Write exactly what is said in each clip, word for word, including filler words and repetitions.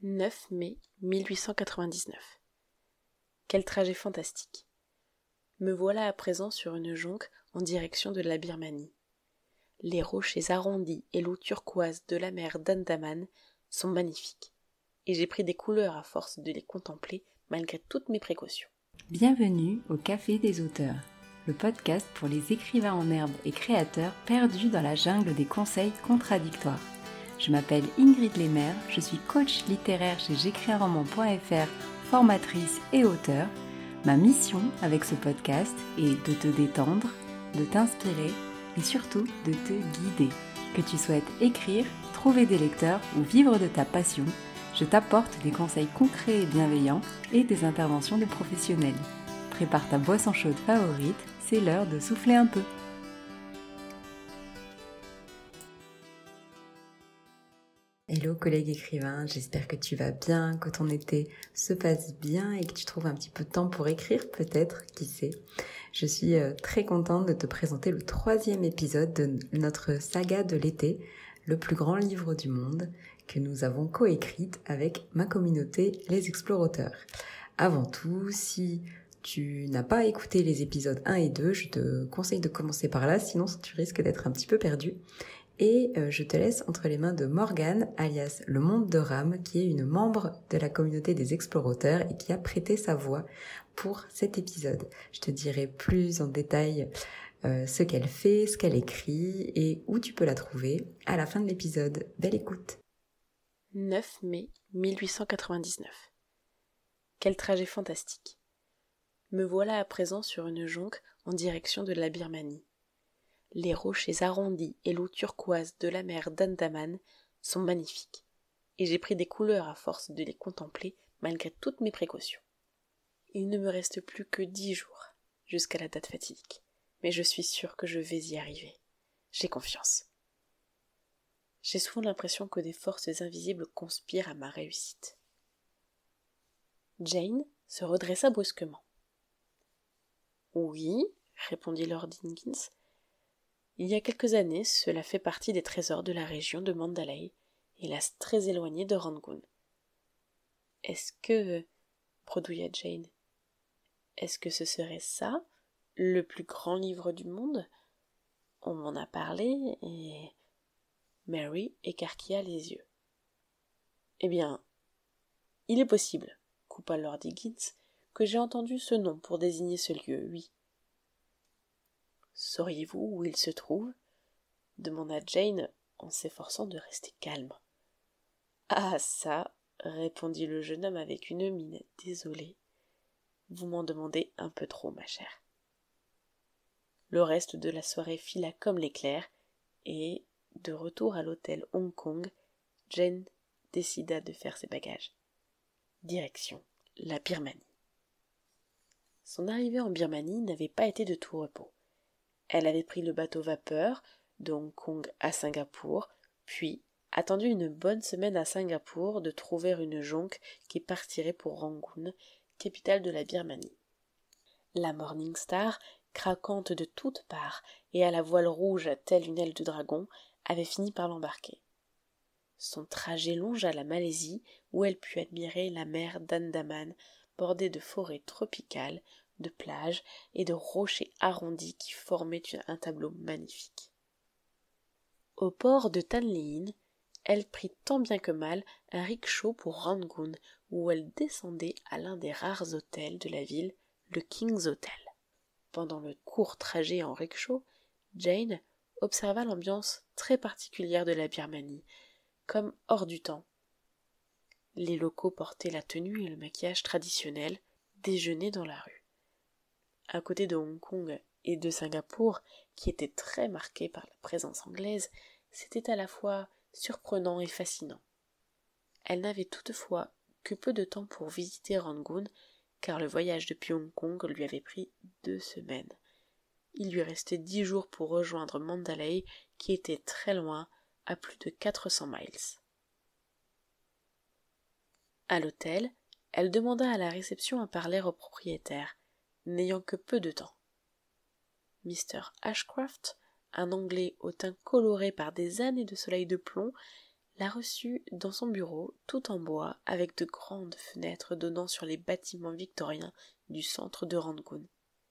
neuf mai mille huit cent quatre-vingt-dix-neuf. Quel trajet fantastique! Me voilà à présent sur une jonque en direction de la Birmanie. Les rochers arrondis et l'eau turquoise de la mer d'Andaman sont magnifiques, et j'ai pris des couleurs à force de les contempler malgré toutes mes précautions. Bienvenue au Café des auteurs, le podcast pour les écrivains en herbe et créateurs perdus dans la jungle des conseils contradictoires. Je m'appelle Ingrid Lemaire, je suis coach littéraire chez j'écris un roman point f r, formatrice et auteure. Ma mission avec ce podcast est de te détendre, de t'inspirer et surtout de te guider. Que tu souhaites écrire, trouver des lecteurs ou vivre de ta passion, je t'apporte des conseils concrets et bienveillants et des interventions de professionnels. Prépare ta boisson chaude favorite, c'est l'heure de souffler un peu. Hello collègue écrivain, j'espère que tu vas bien, que ton été se passe bien et que tu trouves un petit peu de temps pour écrire peut-être, qui sait. Je suis très contente de te présenter le troisième épisode de notre saga de l'été, le plus grand livre du monde, que nous avons coécrite avec ma communauté Les Explorateurs. Avant tout, si tu n'as pas écouté les épisodes un et deux, je te conseille de commencer par là, sinon tu risques d'être un petit peu perdu. Et euh, je te laisse entre les mains de Morgane, alias Le Monde de Ram, qui est une membre de la communauté des Explorateurs et qui a prêté sa voix pour cet épisode. Je te dirai plus en détail euh, ce qu'elle fait, ce qu'elle écrit et où tu peux la trouver à la fin de l'épisode. Belle écoute! neuf mai mille huit cent quatre-vingt-dix-neuf. Quel trajet fantastique! Me voilà à présent sur une jonque en direction de la Birmanie. Les rochers arrondis et l'eau turquoise de la mer d'Andaman sont magnifiques, et j'ai pris des couleurs à force de les contempler malgré toutes mes précautions. Il ne me reste plus que dix jours jusqu'à la date fatidique, mais je suis sûre que je vais y arriver. J'ai confiance. J'ai souvent l'impression que des forces invisibles conspirent à ma réussite. Jane se redressa brusquement. « Oui, répondit Lord Higgins. Il y a quelques années, cela fait partie des trésors de la région de Mandalay, hélas très éloignée de Rangoon. »« Est-ce que... » bredouilla Jane. « Est-ce que ce serait ça, le plus grand livre du monde ? On m'en a parlé et... » Mary écarquilla les yeux. « Eh bien, il est possible, coupa Lord Higgins, que j'ai entendu ce nom pour désigner ce lieu, oui. » « Sauriez-vous où il se trouve ?» demanda Jane en s'efforçant de rester calme. « Ah ça, répondit le jeune homme avec une mine désolée, vous m'en demandez un peu trop, ma chère. » Le reste de la soirée fila comme l'éclair, et, de retour à l'hôtel Hong Kong, Jane décida de faire ses bagages. Direction la Birmanie. Son arrivée en Birmanie n'avait pas été de tout repos. Elle avait pris le bateau vapeur de Hong Kong à Singapour, puis attendu une bonne semaine à Singapour de trouver une jonque qui partirait pour Rangoon, capitale de la Birmanie. La Morning Star, craquante de toutes parts et à la voile rouge telle une aile de dragon, avait fini par l'embarquer. Son trajet longea la Malaisie, où elle put admirer la mer d'Andaman, bordée de forêts tropicales, de plages et de rochers arrondis qui formaient un tableau magnifique. Au port de Tanlein, elle prit tant bien que mal un rickshaw pour Rangoon, où elle descendait à l'un des rares hôtels de la ville, le King's Hotel. Pendant le court trajet en rickshaw, Jane observa l'ambiance très particulière de la Birmanie, comme hors du temps. Les locaux portaient la tenue et le maquillage traditionnels, déjeunaient dans la rue. À côté de Hong Kong et de Singapour, qui étaient très marqués par la présence anglaise, c'était à la fois surprenant et fascinant. Elle n'avait toutefois que peu de temps pour visiter Rangoon, car le voyage depuis Hong Kong lui avait pris deux semaines. Il lui restait dix jours pour rejoindre Mandalay, qui était très loin, à plus de quatre cents miles. À l'hôtel, elle demanda à la réception un parler au propriétaire, n'ayant que peu de temps. Mister Ashcroft, un Anglais au teint coloré par des années de soleil de plomb, la reçut dans son bureau, tout en bois, avec de grandes fenêtres donnant sur les bâtiments victoriens du centre de Rangoon.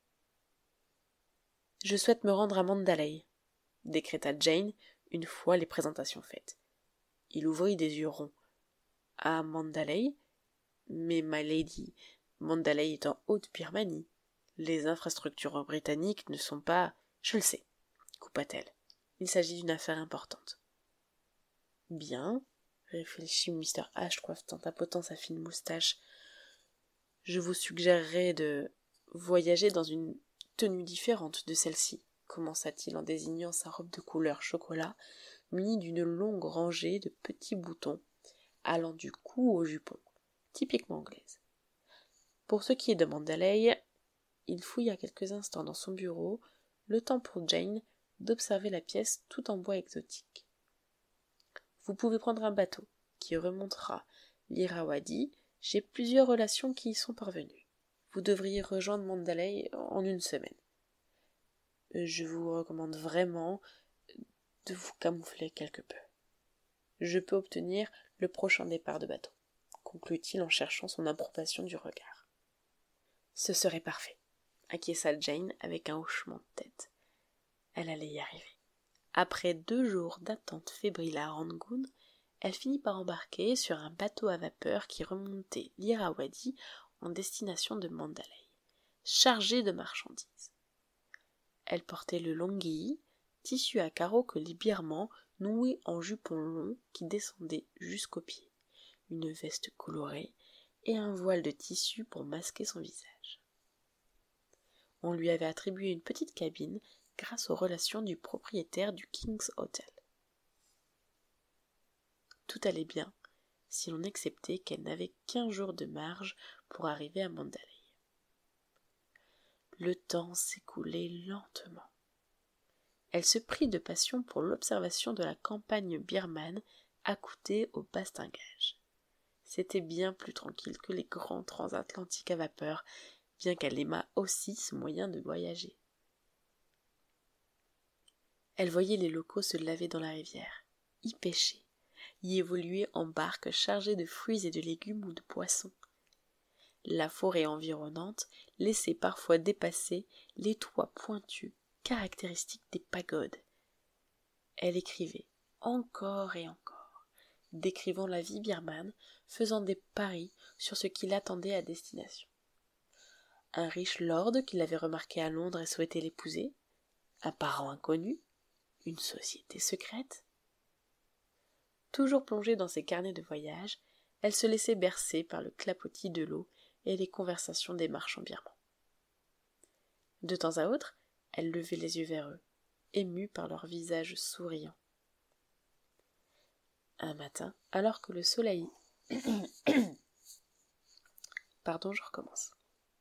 « Je souhaite me rendre à Mandalay, » décréta Jane, une fois les présentations faites. Il ouvrit des yeux ronds. « À Mandalay ? Mais, my lady, Mandalay est en Haute-Birmanie. Les infrastructures britanniques ne sont pas... » « Je le sais, » coupa-t-elle. « Il s'agit d'une affaire importante. » « Bien, » réfléchit mister Ashcroft en tapotant sa fine moustache. « Je vous suggérerais de voyager dans une tenue différente de celle-ci, » commença-t-il en désignant sa robe de couleur chocolat, munie d'une longue rangée de petits boutons, allant du cou au jupon, typiquement anglaise. Pour ce qui est de Mandalay, il fouilla quelques instants dans son bureau, le temps pour Jane d'observer la pièce tout en bois exotique. Vous pouvez prendre un bateau qui remontera l'Irrawaddy. J'ai plusieurs relations qui y sont parvenues. Vous devriez rejoindre Mandalay en une semaine. Je vous recommande vraiment de vous camoufler quelque peu. Je peux obtenir le prochain départ de bateau, conclut-il en cherchant son approbation du regard. Ce serait parfait, acquiesça Jane avec un hochement de tête. Elle allait y arriver. Après deux jours d'attente fébrile à Rangoon, elle finit par embarquer sur un bateau à vapeur qui remontait l'Irrawaddy en destination de Mandalay, chargé de marchandises. Elle portait le longi, tissu à carreaux que les birmans nouaient en jupons longs qui descendaient jusqu'aux pieds, une veste colorée et un voile de tissu pour masquer son visage. On lui avait attribué une petite cabine grâce aux relations du propriétaire du King's Hotel. Tout allait bien, si l'on acceptait qu'elle n'avait qu'un jour de marge pour arriver à Mandalay. Le temps s'écoulait lentement. Elle se prit de passion pour l'observation de la campagne birmane accoutée au bastingage. C'était bien plus tranquille que les grands transatlantiques à vapeur, bien qu'elle aimât aussi ce moyen de voyager. Elle voyait les locaux se laver dans la rivière, y pêcher, y évoluer en barques chargées de fruits et de légumes ou de poissons. La forêt environnante laissait parfois dépasser les toits pointus, caractéristiques des pagodes. Elle écrivait encore et encore, décrivant la vie birmane, faisant des paris sur ce qui l'attendait à destination. Un riche lord qui l'avait remarqué à Londres et souhaitait l'épouser, un parent inconnu, une société secrète. Toujours plongée dans ses carnets de voyage, elle se laissait bercer par le clapotis de l'eau et les conversations des marchands birmans. De temps à autre, elle levait les yeux vers eux, émue par leurs visages souriants. Un matin, alors que le soleil... Pardon, je recommence.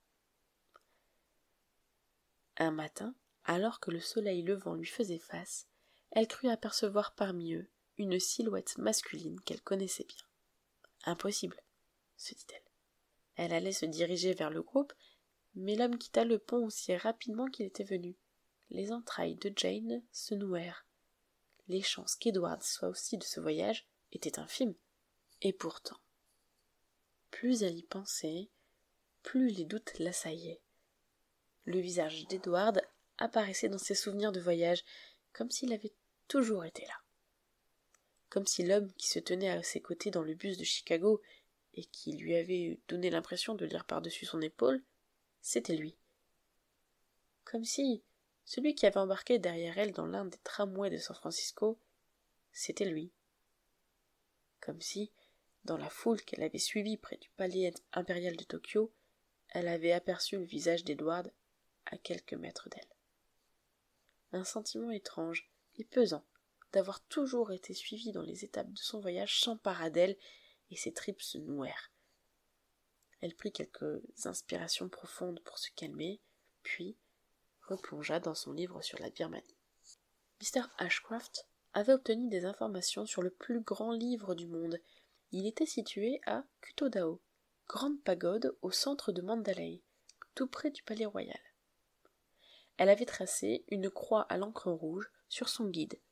Un matin, alors que le soleil levant lui faisait face, elle crut apercevoir parmi eux une silhouette masculine qu'elle connaissait bien. Impossible, se dit-elle. Elle allait se diriger vers le groupe, mais l'homme quitta le pont aussi rapidement qu'il était venu. Les entrailles de Jane se nouèrent. Les chances qu'Edward soit aussi de ce voyage étaient infimes. Et pourtant, plus elle y pensait, plus les doutes l'assaillaient. Le visage d'Edward apparaissait dans ses souvenirs de voyage, comme s'il avait toujours été là. Comme si l'homme qui se tenait à ses côtés dans le bus de Chicago et qui lui avait donné l'impression de lire par-dessus son épaule, c'était lui. Comme si celui qui avait embarqué derrière elle dans l'un des tramways de San Francisco, c'était lui. Comme si, dans la foule qu'elle avait suivie près du palais impérial de Tokyo, elle avait aperçu le visage d'Edward à quelques mètres d'elle. Un sentiment étrange et pesant d'avoir toujours été suivie dans les étapes de son voyage s'empara d'elle et ses tripes se nouèrent. Elle prit quelques inspirations profondes pour se calmer, puis replongea dans son livre sur la Birmanie. mister Ashcroft avait obtenu des informations sur le plus grand livre du monde. Il était situé à Kutodao, grande pagode au centre de Mandalay, tout près du palais royal. Elle avait tracé une croix à l'encre rouge sur son guide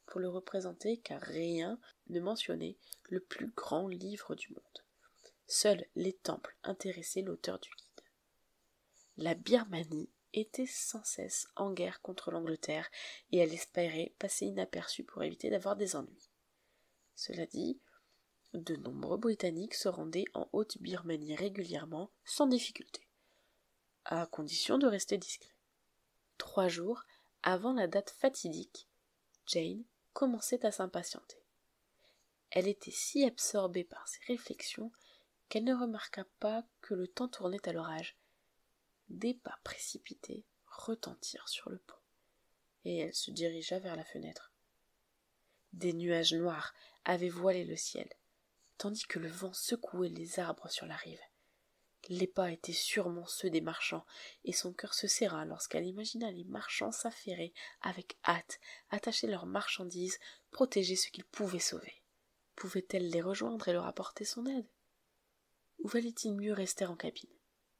pour le représenter car rien ne mentionnait le plus grand livre du monde. Seuls les temples intéressaient l'auteur du guide. La Birmanie était sans cesse en guerre contre l'Angleterre et elle espérait passer inaperçue pour éviter d'avoir des ennuis. Cela dit, de nombreux Britanniques se rendaient en Haute-Birmanie régulièrement sans difficulté, à condition de rester discrets. Trois jours avant la date fatidique, Jane commençait à s'impatienter. Elle était si absorbée par ses réflexions qu'elle ne remarqua pas que le temps tournait à l'orage. Des pas précipités retentirent sur le pont, et elle se dirigea vers la fenêtre. Des nuages noirs avaient voilé le ciel, tandis que le vent secouait les arbres sur la rive. Les pas étaient sûrement ceux des marchands, et son cœur se serra lorsqu'elle imagina les marchands s'affairer avec hâte, attacher leurs marchandises, protéger ce qu'ils pouvaient sauver. Pouvait-elle les rejoindre et leur apporter son aide? Ou valait-il mieux rester en cabine?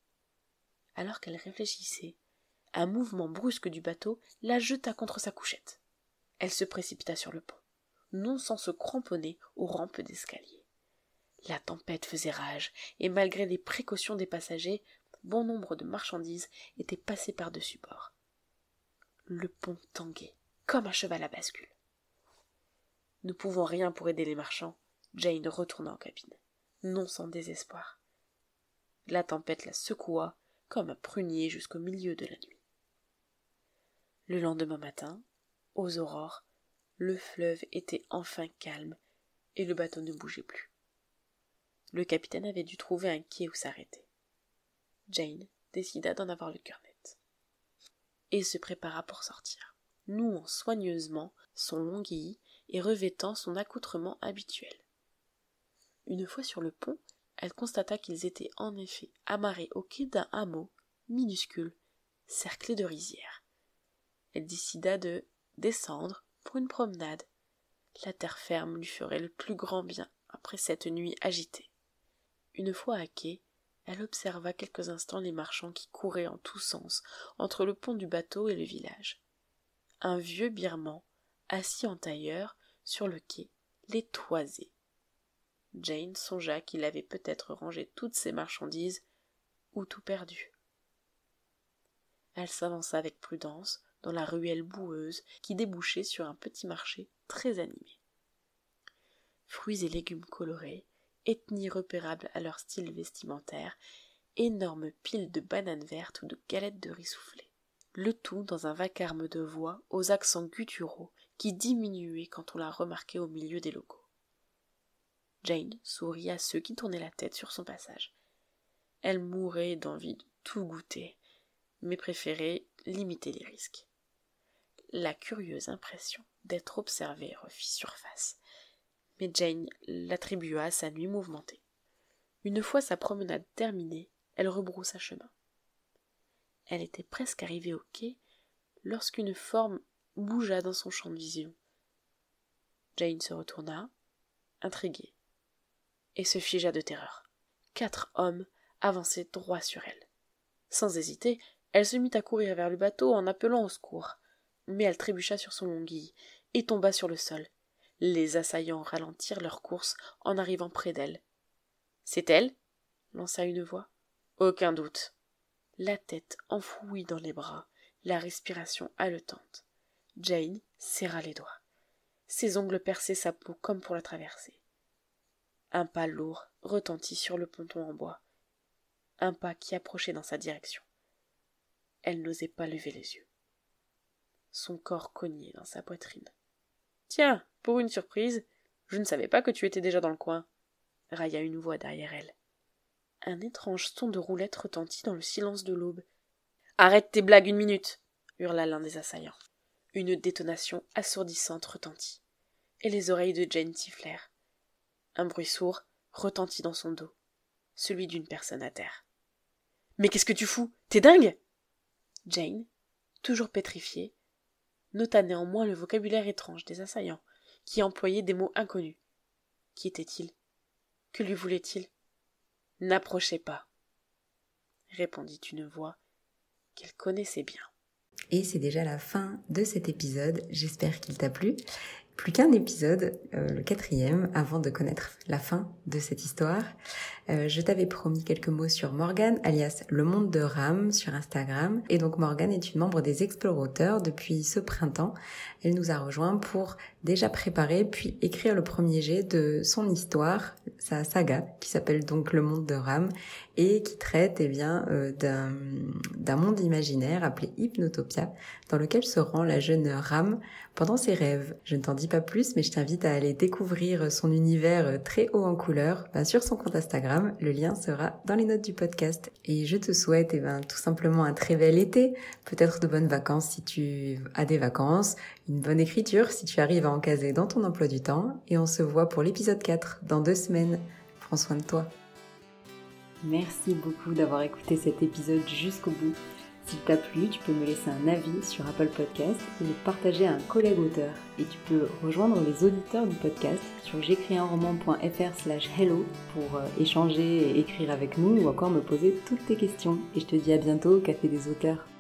Alors qu'elle réfléchissait, un mouvement brusque du bateau la jeta contre sa couchette. Elle se précipita sur le pont, non sans se cramponner aux rampes d'escalier. La tempête faisait rage, et malgré les précautions des passagers, bon nombre de marchandises étaient passées par-dessus bord. Le pont tanguait, comme un cheval à bascule. Ne pouvant rien pour aider les marchands, Jane retourna en cabine, non sans désespoir. La tempête la secoua comme un prunier jusqu'au milieu de la nuit. Le lendemain matin, aux aurores, le fleuve était enfin calme et le bateau ne bougeait plus. Le capitaine avait dû trouver un quai où s'arrêter. Jane décida d'en avoir le cœur net et se prépara pour sortir, nouant soigneusement son longuillis et revêtant son accoutrement habituel. Une fois sur le pont, elle constata qu'ils étaient en effet amarrés au quai d'un hameau minuscule, cerclé de rizières. Elle décida de descendre pour une promenade. La terre ferme lui ferait le plus grand bien après cette nuit agitée. Une fois à quai, elle observa quelques instants les marchands qui couraient en tous sens entre le pont du bateau et le village. Un vieux birman, assis en tailleur sur le quai, les toisait. Jane songea qu'il avait peut-être rangé toutes ses marchandises ou tout perdu. Elle s'avança avec prudence dans la ruelle boueuse qui débouchait sur un petit marché très animé. Fruits et légumes colorés, ethnies repérables à leur style vestimentaire, énormes piles de bananes vertes ou de galettes de riz soufflé. Le tout dans un vacarme de voix aux accents gutturaux qui diminuaient quand on la remarquait au milieu des locaux. Jane sourit à ceux qui tournaient la tête sur son passage. Elle mourait d'envie de tout goûter, mais préférait limiter les risques. La curieuse impression d'être observée refit surface, mais Jane l'attribua à sa nuit mouvementée. Une fois sa promenade terminée, elle rebroussa chemin. Elle était presque arrivée au quai lorsqu'une forme bougea dans son champ de vision. Jane se retourna, intriguée, et se figea de terreur. Quatre hommes avançaient droit sur elle. Sans hésiter, elle se mit à courir vers le bateau en appelant au secours. Mais elle trébucha sur son longuille et tomba sur le sol. Les assaillants ralentirent leur course en arrivant près d'elle. « C'est elle » lança une voix. « Aucun doute. » La tête enfouie dans les bras, la respiration haletante. Jane serra les doigts. Ses ongles perçaient sa peau comme pour la traverser. Un pas lourd retentit sur le ponton en bois. Un pas qui approchait dans sa direction. Elle n'osait pas lever les yeux. Son corps cognait dans sa poitrine. « Tiens, pour une surprise, je ne savais pas que tu étais déjà dans le coin. » railla une voix derrière elle. Un étrange son de roulette retentit dans le silence de l'aube. « Arrête tes blagues une minute !» hurla l'un des assaillants. Une détonation assourdissante retentit, et les oreilles de Jane sifflèrent. Un bruit sourd retentit dans son dos, celui d'une personne à terre. « Mais qu'est-ce que tu fous? T'es dingue ?» Jane, toujours pétrifiée, nota néanmoins le vocabulaire étrange des assaillants, qui employaient des mots inconnus. Qui était-il? Que lui voulait-il? « N'approchez pas, » répondit une voix qu'elle connaissait bien. Et c'est déjà la fin de cet épisode, j'espère qu'il t'a plu. Plus qu'un épisode, euh, le quatrième, avant de connaître la fin de cette histoire. Euh, je t'avais promis quelques mots sur Morgane, alias Le Monde de Ram sur Instagram. Et donc Morgane est une membre des Explorateurs depuis ce printemps. Elle nous a rejoints pour déjà préparer puis écrire le premier jet de son histoire, sa saga, qui s'appelle donc Le Monde de Ram et qui traite eh bien euh, d'un, d'un monde imaginaire appelé Hypnotopia, dans lequel se rend la jeune Ram pendant ses rêves. Je ne t'en dis pas plus, mais je t'invite à aller découvrir son univers très haut en couleurs ben, sur son compte Instagram. Le lien sera dans les notes du podcast. Et je te souhaite eh ben, tout simplement un très bel été, peut-être de bonnes vacances si tu as des vacances, une bonne écriture si tu arrives à en caser dans ton emploi du temps. Et on se voit pour l'épisode quatre dans deux semaines. Prends soin de toi. Merci beaucoup d'avoir écouté cet épisode jusqu'au bout. S'il t'a plu, tu peux me laisser un avis sur Apple Podcast et le partager à un collègue auteur. Et tu peux rejoindre les auditeurs du podcast sur j'écris un roman point f r slash hello pour échanger et écrire avec nous ou encore me poser toutes tes questions. Et je te dis à bientôt au Café des auteurs.